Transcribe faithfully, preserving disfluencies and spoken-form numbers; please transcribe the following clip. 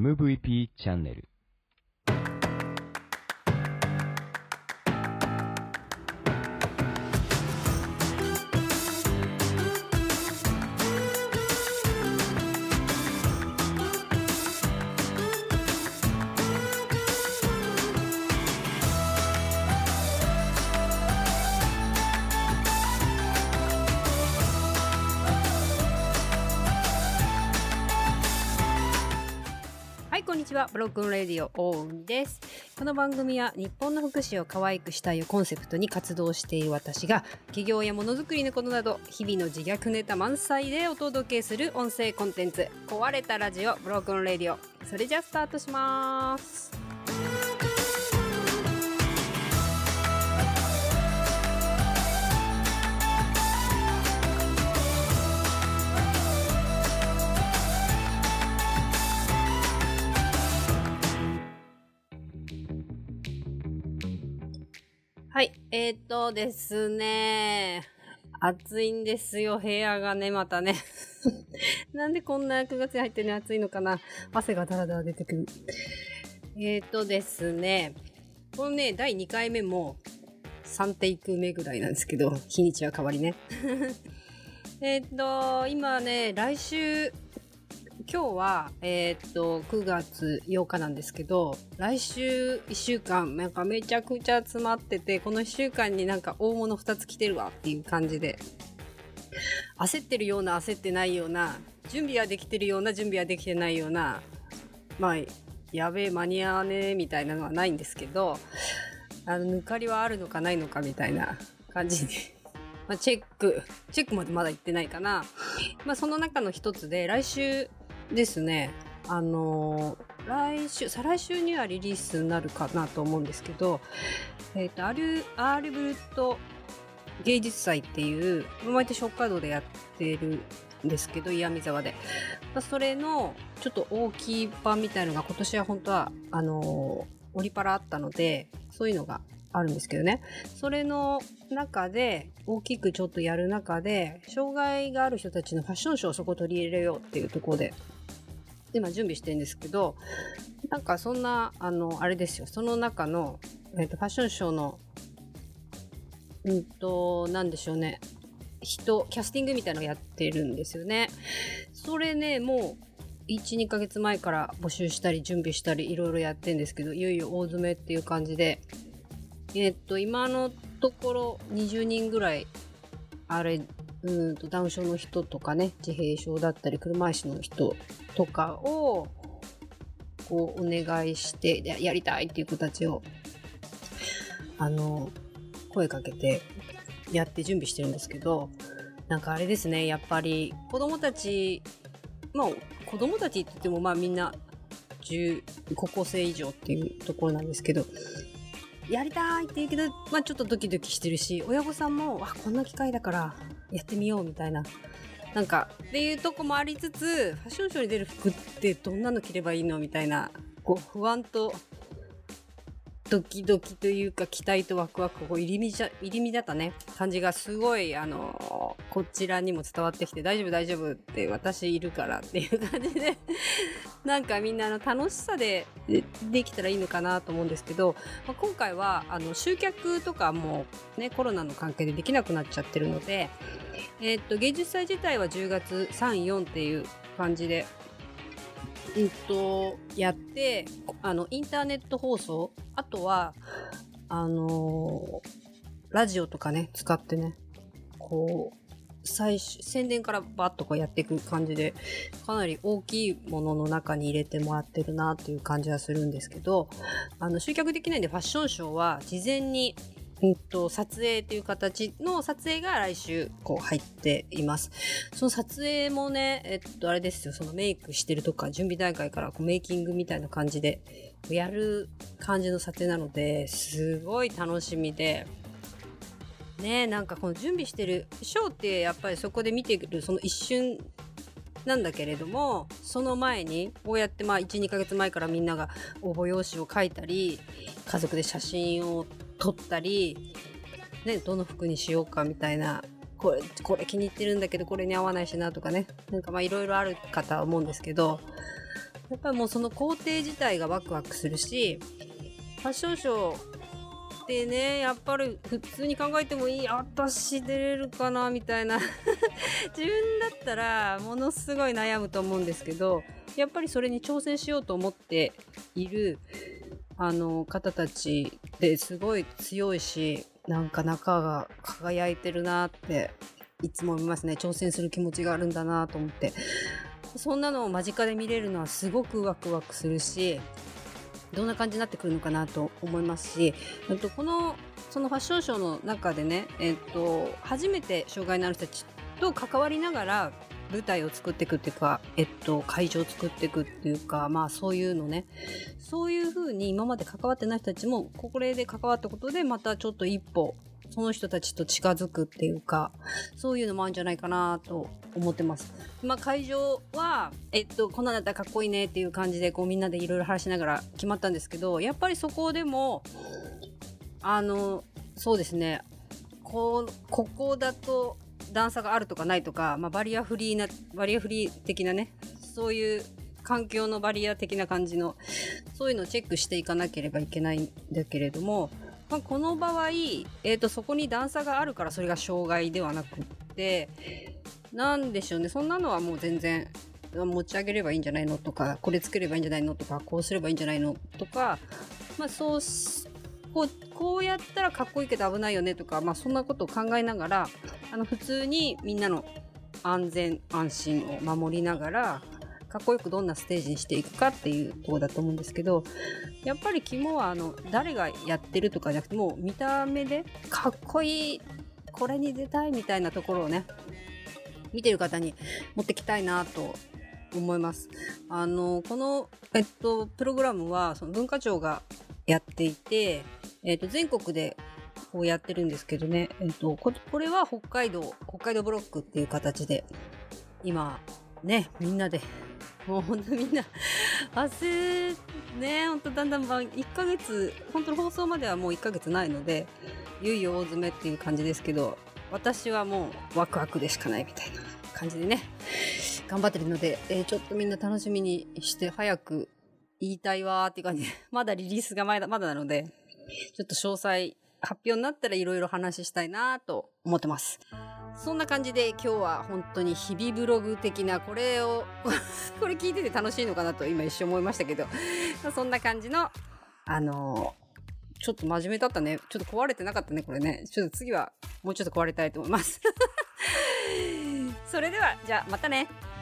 エムブイピー チャンネル。 こんにちは、ブロックンレディオ大海です。この番組は日本の福祉を可愛くしたいをコンセプトに活動している私が企業やものづくりのことなど日々の自虐ネタ満載でお届けする音声コンテンツ、壊れたラジオブロックンレディオ。それじゃあスタートします。はい、えーっとですね、暑いんですよ、部屋がね、またね。なんでこんなくがつに入ってね、暑いのかな。汗がだらだら出てくる。えーっとですね、このね、だいにかいめもさんテイク目ぐらいなんですけど、日にちは変わりね。えーっと、今ね、来週、今日は、えーっと、くがつようかなんですけど、来週いっしゅうかん、なんかめちゃくちゃ詰まってて、このいっしゅうかんになんか大物ふたつ来てるわっていう感じで、焦ってるような焦ってないような、準備はできてるような準備はできてないような、まあ、やべえ間に合わねえみたいなのはないんですけど、あの、抜かりはあるのかないのかみたいな感じで、まあ、チェック、チェックまでまだ行ってないかな。まあ、その中の一つで、来週、ですね、あのー、来週再来週にはリリースになるかなと思うんですけど、えっとアルアールブルット芸術祭っていう毎年北海道でやってるんですけど、岩見沢で、まあ、それのちょっと大きい版みたいのが今年は本当はあのー、オリパラあったので、そういうのがあるんですけどね、それの中で大きくちょっとやる中で、障害がある人たちのファッションショーをそこ取り入れようっていうところで今準備してるんですけど、なんかそんなあのあれですよ、その中の、えーと、ファッションショーのうんとなんでしょうね、人キャスティングみたいなのをやってるんですよね。それね、もう いち,に ヶ月前から募集したり準備したりいろいろやってるんですけど、いよいよ大詰めっていう感じで、えっと今のところにじゅうにんぐらい、あれうんとダウン症の人とかね、自閉症だったり車椅子の人とかをこうお願いしてやりたいっていう子たちをあの声かけてやって準備してるんですけど、なんかあれですね、やっぱり子供たち、まあ子供たちって言ってもまあみんなじゅう高校生以上っていうところなんですけど、やりたいって言うけど、まあちょっとドキドキしてるし、親御さんもあこんな機会だからやってみようみたいな、なんかっていうとこもありつつ、ファッションショーに出る服ってどんなの着ればいいのみたいな、こう不安とドキドキというか期待とワクワク、こう入り乱入り乱ったね感じがすごい、あのこちらにも伝わってきて、大丈夫大丈夫って私いるからっていう感じでなんかみんなの楽しさでできたらいいのかなと思うんですけど、まあ、今回はあの集客とかもね、コロナの関係でできなくなっちゃってるので、えー、っと芸術祭自体はじゅうがつさん、よんっていう感じで、うんとやって、あのインターネット放送、あとはあのー、ラジオとかね使ってね、こう最初宣伝からバッとこうやっていく感じで、かなり大きいものの中に入れてもらってるなっていう感じはするんですけど、あの集客できないんで、ファッションショーは事前にうんと撮影という形の撮影が来週こう入っています。その撮影もね、えっとあれですよ、そのメイクしてるとか準備段階からこうメイキングみたいな感じでやる感じの撮影なので、すごい楽しみでね。なんかこの準備してるショーってやっぱりそこで見てるその一瞬なんだけれども、その前にこうやってまあいち、にかげつまえからみんなが応募用紙を書いたり、家族で写真を撮ったり、ね、どの服にしようかみたいな、これこれ気に入ってるんだけどこれに合わないしなとかね、なんかまあいろいろあるかとは思うんですけど、 やっぱりもうその工程自体がワクワクするし、ファッションショーってね、やっぱり普通に考えてもいい、私出れるかなみたいな自分だったらものすごい悩むと思うんですけど、やっぱりそれに挑戦しようと思っているあの方たちですごい強いし、なんか中が輝いてるなっていつも思いますね。挑戦する気持ちがあるんだなと思って、そんなのを間近で見れるのはすごくワクワクするし、どんな感じになってくるのかなと思いますし、とこのそのファッションショーの中でね、えっと、初めて障害のある人たちと関わりながら舞台を作っていくっていうか、えっと、会場を作っていくっていうか、まあそういうのね、そういう風に今まで関わってない人たちもこれで関わったことでまたちょっと一歩その人たちと近づくっていうか、そういうのもあるんじゃないかなと思ってます。まあ会場はえっとこんなんだったらかっこいいねっていう感じでこうみんなでいろいろ話しながら決まったんですけど、やっぱりそこでもあのそうですね、こここだと段差があるとかないとか、まあ、バリアフリーなバリアフリー的なね、そういう環境のバリア的な感じのそういうのをチェックしていかなければいけないんだけれども、まあ、この場合、えーと、そこに段差があるからそれが障害ではなくって、なんでしょうね、そんなのはもう全然持ち上げればいいんじゃないのとか、これつければいいんじゃないのとか、こうすればいいんじゃないのとか、まあそうこう、こうやったらかっこいいけど危ないよねとか、まあそんなことを考えながら、あの普通にみんなの安全安心を守りながらかっこよくどんなステージにしていくかっていうところだと思うんですけど、やっぱり肝はあの誰がやってるとかじゃなくて、もう見た目でかっこいい、これに出たいみたいなところをね、見てる方に持ってきたいなと思います。あのこの、えっと、プログラムはその文化庁がやっていて、えっと、全国でこうやってるんですけどね、えっと、こ、これは北海道北海道ブロックっていう形で今ね、みんなでもうほんとみんな汗ね、ほんとだんだん、まあ、いっかげつ、本当の放送まではもういっかげつないので、いよいよ大詰めっていう感じですけど、私はもうワクワクでしかないみたいな感じでね、頑張ってるので、えー、ちょっとみんな楽しみにして早く言いたいわーっていう感じで、まだリリースがまだまだなので、ちょっと詳細発表になったらいろいろ話したいなと思ってます。そんな感じで今日は本当に日々ブログ的な、これをこれ聞いてて楽しいのかなと今一瞬思いましたけどそんな感じのあのー、ちょっと真面目だったね。ちょっと壊れてなかったねこれね。ちょっと次はもうちょっと壊れたいと思いますそれではじゃあまたね。